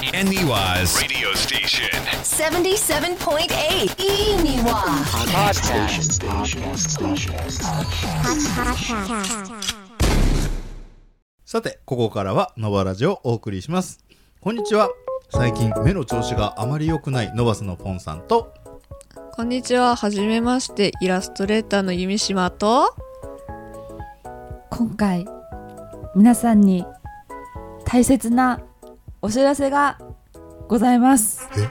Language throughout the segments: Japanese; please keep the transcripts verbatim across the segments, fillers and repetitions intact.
and Niwa's radio station. seventy-seven point eight Niwa Podcast. Podcast. さて、ここからはノバラジオをお送りします。こんにちは。最近目の調子があまり良くないノバスのポンさんと、 こんにちは。はじめまして、イラストレーターの弓島と、 今回皆さんに大切なお知らせがございます。 え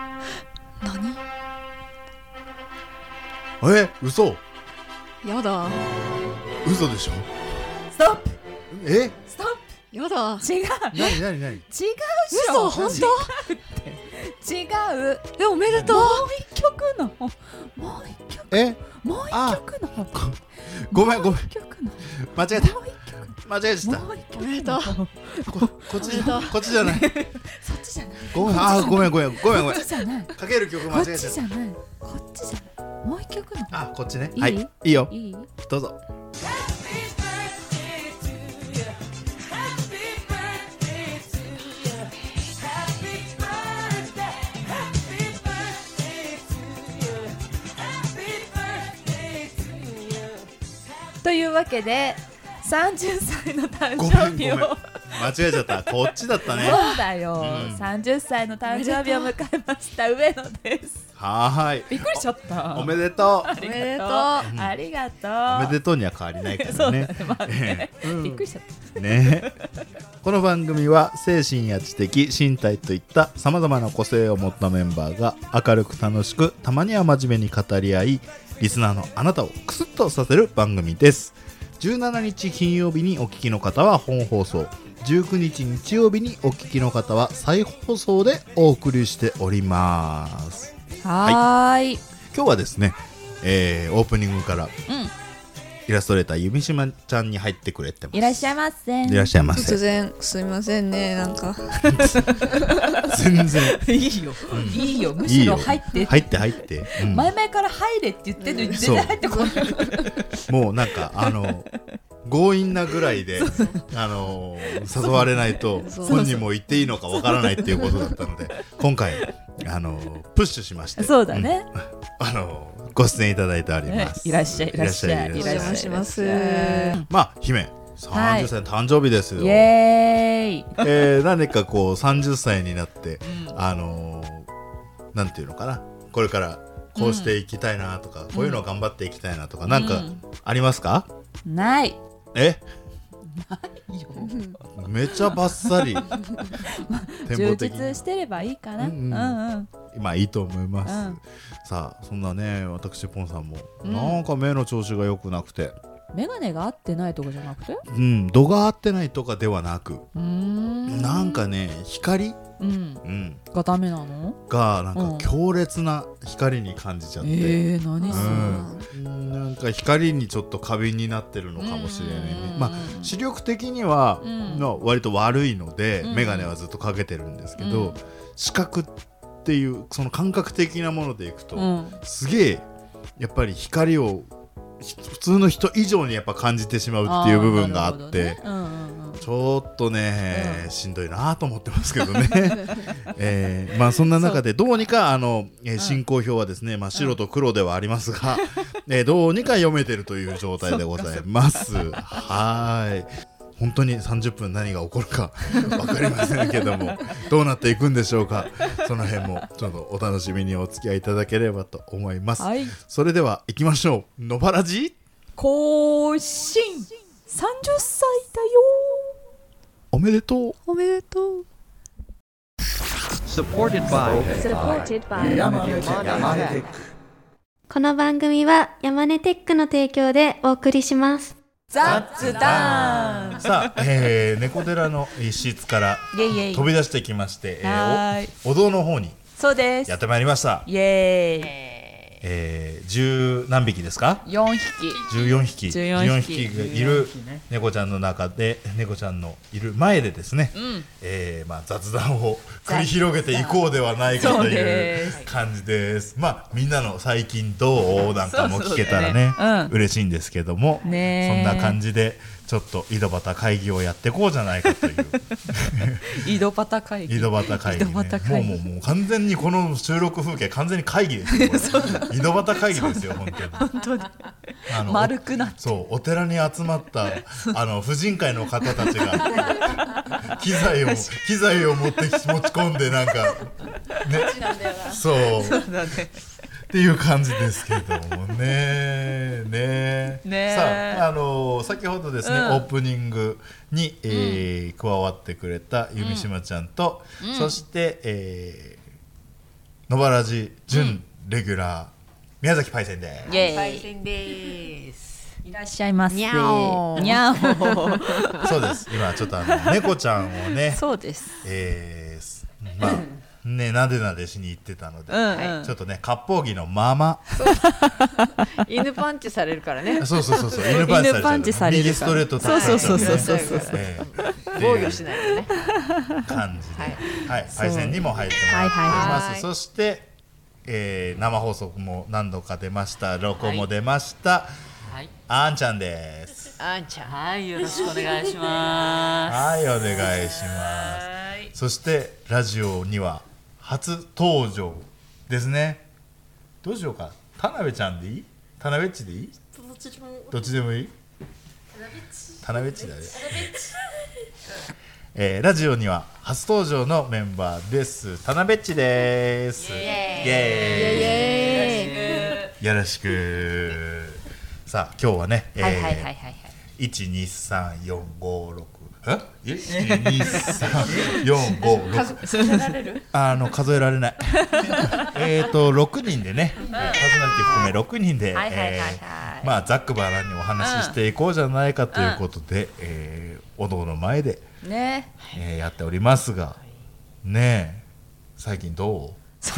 何？ え、嘘やだ嘘でしょ。 ストップ。 えストッやだプ。違う。 なになになに。 違うっしょ。 嘘本当？違う。 当？え、おめでとう。 もう一曲のもう一曲えもう一曲のごめんごめんもう一曲の間違えたもう一曲間違えちゃったもう一曲おめでとう。 こ, こっちじゃこっちじゃないそっちじゃないごめんあーごめんごめんごめんごめんこっちじゃないかける曲こっち間違えちゃっじゃないこっちじゃないもう一曲のた。あ、こっちね。 いいはいいいよ、 いいどうぞ。 というわけでさんじゅっさいの誕ごめ生日をんごめん間違えちゃった。こっちだったね。 そうだよ、 うんさんじゅっさいの誕生日を迎えました上野です。 はーい、 びっくりしちゃったおめでとう。 ありがとうおめでとうありがとうおめでとうには変わりないからね。 そうだね、まあねうんびっくりしちゃったねこの番組は精神や知的、身体といったさまざまな個性を持ったメンバーが明るく楽しく、たまには真面目に語り合い、リスナーのあなたをクスッとさせる番組です。じゅうしちにち金曜日にお聞きの方は本放送、じゅうくにち日曜日にお聞きの方は再放送でお送りしております。 はーい、 今日はですね、えーオープニングからうんイラストレーター弓島ちゃんに入ってくれてます。 いらっしゃいませ。 いらっしゃいま突せ。 然すみませんね、なんか全然いいよ、 うんいいよ、むいいよ。 しろ入って入って入って、うん前々から入れって言ってるのに全然入ってこない。 もうなんかあの強引なぐらいであの誘われないとそう本人も言っていいのかわからないっていうことだったので、今回あのプッシュしまして、 そうだね、 うん、あのご出演いただいております。 いらっしゃいいらっしゃいいお邪魔します。 まあ姫さんじゅっさいの誕生日ですよ。 イエーイ。 えー、何かこうさんじゅっさいになって、あのー、なんていうのかな、これからこうしていきたいなとか、こういうのを頑張っていきたいなとか、なんかありますか？ ないえよ。 めちゃバッサリ展充望的に実してればいいかな。 ううんんうん。 まあいいと思います、 うんさあそんなね、私ポンさんも、 うんなんか目の調子が良くなくて、 メガネが合ってないとかじゃなくて？ うん度が合ってないとかではなく、 うーん。 なんかね光、 うん。 うん、 がダメなの？ がなんうんか強烈な光に感じちゃって、 えー、何うそれ。 ん、なんか光にちょっと過敏になってるのかもしれないね。 うんまあ視力的には、 うんの割と悪いので、 うんメガネはずっとかけてるんですけど、 うん視覚っていうその感覚的なものでいくと、 うん。 すげえやっぱり光をひ普通の人以上にやっぱ感じてしまうっていう部分があって、 あーなるほどねうんうんうん。 ちょっとね、 うんしんどいなと思ってますけどね、えーまあそんな中でどうにかあの、えー進行表はですね、まあ、白と黒ではありますが、えーどうにか読めてるという状態でございますはーい、本当にさんじゅっぷん何が起こるか分かりませんけどもどうなっていくんでしょうか。その辺もちょっとお楽しみにお付き合いいただければと思います、 はい。 それでは行きましょう。のばらじ更新さんじゅっさいだよ。 おめでとう。 おめでとう。 Supported by Supported by この番組は山根テックの提供でお送りします。 雑談。 さあ、えー、猫寺の一室からイエイイエイ。 飛び出してきまして、えはーいーお、お堂の方にそうですや。ってまいりました。 イエーイ。 えー、十何匹ですか？ よんひき。 じゅうよんひき。 じゅうよんひきがいる猫ちゃんの中で、猫ちゃんのいる前でですね、 うん。 えーまあ、雑談を繰り広げていこうではないかそうといですう感じです。まあみんなの最近どうなんかも聞けたらね、 そうそうだねうん嬉しいんですけども、 ねえそんな感じでちょっと井戸端会議をやっていこうじゃないかという井戸端会議井戸端会議、ね、 井戸端会議もうもうもう完全にこの収録風景完全に会議ですよ井戸端会議ですよ本当に本当にあの丸くなってそうお寺に集まったあの婦人会の方たちが機材を機材を持って持ち込んでなんかねそうそうだねっていう感じですけどもねねねさあ、あのー、先ほどですね、 うん、 オープニングに、えーうん、加わってくれた弓島ちゃんと、うん、そして、えー、野原寺準レギュラー、うん、宮崎パイセンです。 イエーイパイセンです。 いらっしゃいませ。 にゃおにゃおそうです。今ちょっとあの猫ちゃんをねそうです、 えー、まあね、なでなでしに行ってたので、 うんうん、 ちょっとね割烹着のまま犬パンチされるからねそうそうそうそう犬パンチされる犬パンチされる右ストレートそうそうそうそうそうそう、 えー、 防御しないとね感じで、 はい、 はい、パイセンにも入ってもらっています、 はいはい、 そして、えー、生放送も何度か出ました録音も出ました、はい、あんちゃんです。 あんちゃん、 はいよろしくお願いしますはいお願いします。そしてラジオには初登場ですね。どうしようか、田辺ちゃんでいい？田辺っちでいい？ どっちでもどっちでもいい？田辺っちだね。えー、ラジオには初登場のメンバーです。田辺っちです。イエーイ、イエーイ、よろしく。さあ今日はね、えー、はいはいはいはいはい、いちにさんよんごろくえいちにさんよんごろく数えられる？あの数えられないえっとろくにんでね、パーソナリティ含めろくにんで、まあざっくばらんにお話ししていこうじゃないかということで、うん、えー、お堂の前で、ねえー、やっておりますがねえ、最近どう？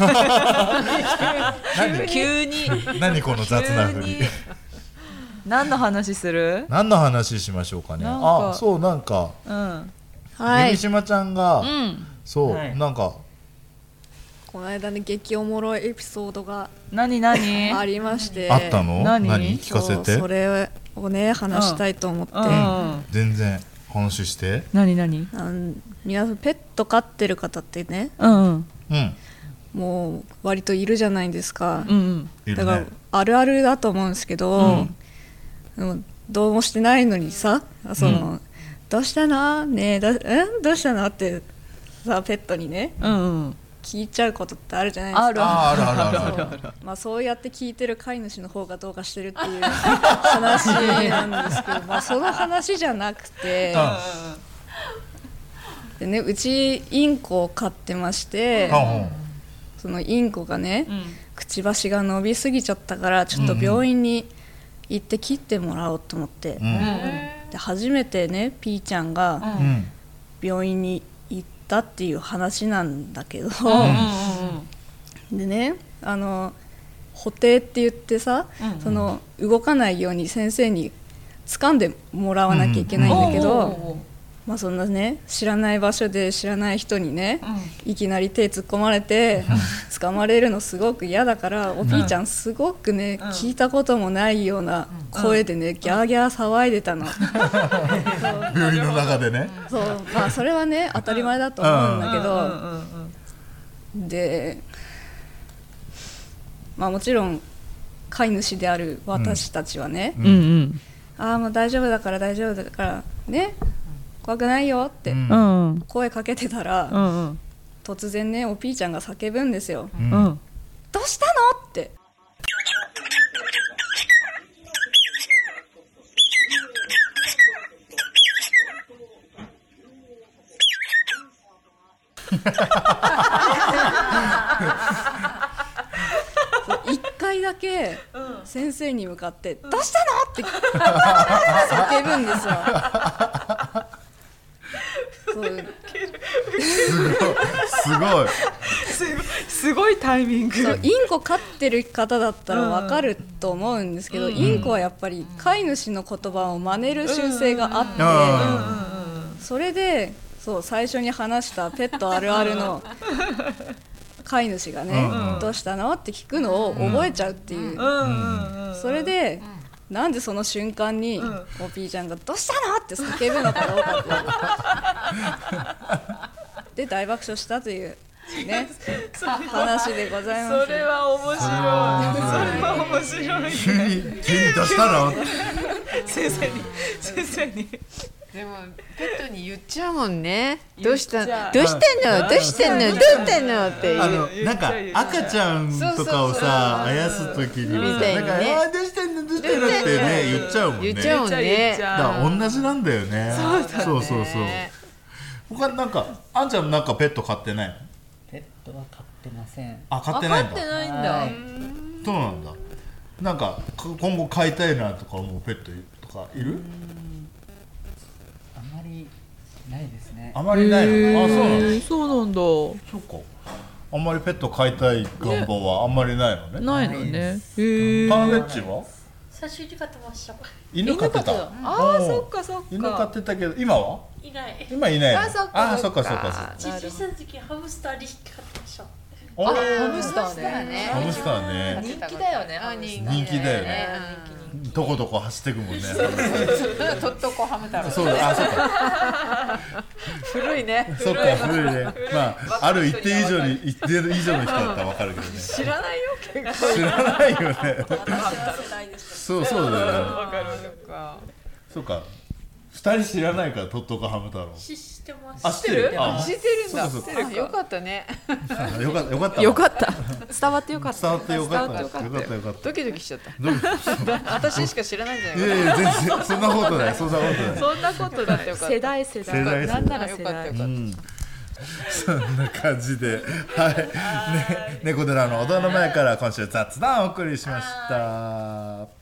何急に何この雑なふり何の話する？ 何の話しましょうかね。かあ、そうなんか、うん、はい、弓島ちゃんが、うん、そう、はい、なんかこの間ね激おもろいエピソードが何何ありましてあったの？何？何聞かせて。 そ, それをね話したいと思って、うんうん、全然話して。 何何？ あの皆さんペット飼ってる方ってね、 うんうん、 もう割といるじゃないですか、 うんうん、 だからあるあるだと思うんですけど、うん、でもどうもしてないのにさ、その、うん、どうしたのねえだえどうしたのってさペットにね、 うんうん、 聞いちゃうことってあるじゃないですか。 あるあるあるあるあるある。 まあそうやって聞いてる飼い主の方がどうかしてるっていう話なんですけど、まあその話じゃなくて、でね、うちインコを飼ってまして、そのインコがね、うん、くちばしが伸びすぎちゃったからちょっと病院に行って切ってもらおうと思って、うん、で初めてねピーちゃんが病院に行ったっていう話なんだけど、うん、でね、あの補定って言ってさ、うん、その動かないように先生に掴んでもらわなきゃいけないんだけど、うん、まあそんなね知らない場所で知らない人にね、うん、いきなり手突っ込まれて、うん、掴まれるのすごく嫌だから、うん、おぴーちゃんすごくね、うん、聞いたこともないような声でね、うん、ギャーギャー騒いでたの病院の中でね。 そう、まあそれはね当たり前だと思うんだけど、でまあもちろん飼い主である私たちはね、 うんうん、 ああもう大丈夫だから大丈夫だからね怖くないよって声かけてたら、うんうん、突然ねおぴーちゃんが叫ぶんですよ、うん、どうしたのって一回だけ先生に向かってどうしたのって叫ぶんですよ。そうすごいすごいタイミング。 そうインコ飼ってる方だったら分かると思うんですけど、うん、インコはやっぱり飼い主の言葉を真似る習性があって、うん、それでそう最初に話したペットあるあるの飼い主がね、うん、どうしたのって聞くのを覚えちゃうっていう、うん、それでなんでその瞬間に、うん、オピーちゃんがどうしたのって叫ぶのかどうかってで大爆笑したというね話でございます。 それは面白い。それは面白い。 急に急にどうしたの先生に先生にでもペットに言っちゃうもんね。どうしたどうしてんのどうしてんのどうしてんのってあのなんか赤ちゃんとかをさあやすときにさなんかあどうしてんのどうしてんのってね言っちゃうもんね。 言っちゃうもんね。 だから同じなんだよね。そうそうそう。他なんかあんちゃんなんかペット飼ってないの？ ペットは飼ってません。 あ飼ってないんだ。 飼ってないんだ。 そうなんだ。なんか今後飼いたいなとか思うペットとかいる？ あんまりないですね。 あまりないの？あ、そうなんだ。 そうなんだ。 そっか。あんまりペット飼いたい願望はあんまりないのね。 ないのね。へえ。タナベッチは？ 最初に飼ってました。 犬飼ってた。 ああ、そっかそっか。 犬飼ってたけど今は？ いない。 今いないの。 あ、そっか。 あ、そっかそっか。 小さい時ハムスターに匹飼ってました。 あ、ハムスターね。 ハムスターね。 人気だよね。 人気だよね。どこどこ走ってくもんね。 とっとこハム太郎。 そうだ。あ、そっか。 古いね。 そっか古いね。まあある一定以上に一定以上の人だったらわかるけどね。 知らないよ結構。 知らないよね。そうそうだよね。 わかるそっか。 そうか。二人知らないからトットコハム太郎。 知ってます。 あ、知ってる。 知ってるんだ。あ、よかったね。 よかったよかった。 よかった。伝わってよかった。 伝わってよかった。よかったよかった。 ドキドキしちゃった。私しか知らないんじゃないかな。 いやいや全然そんなことない。そんなことない。 そんなことだってよかった。 世代世代。なんなら世代。 そんな感じで、はい、ね、猫寺のお堂の前から今週雑談をお送りしました。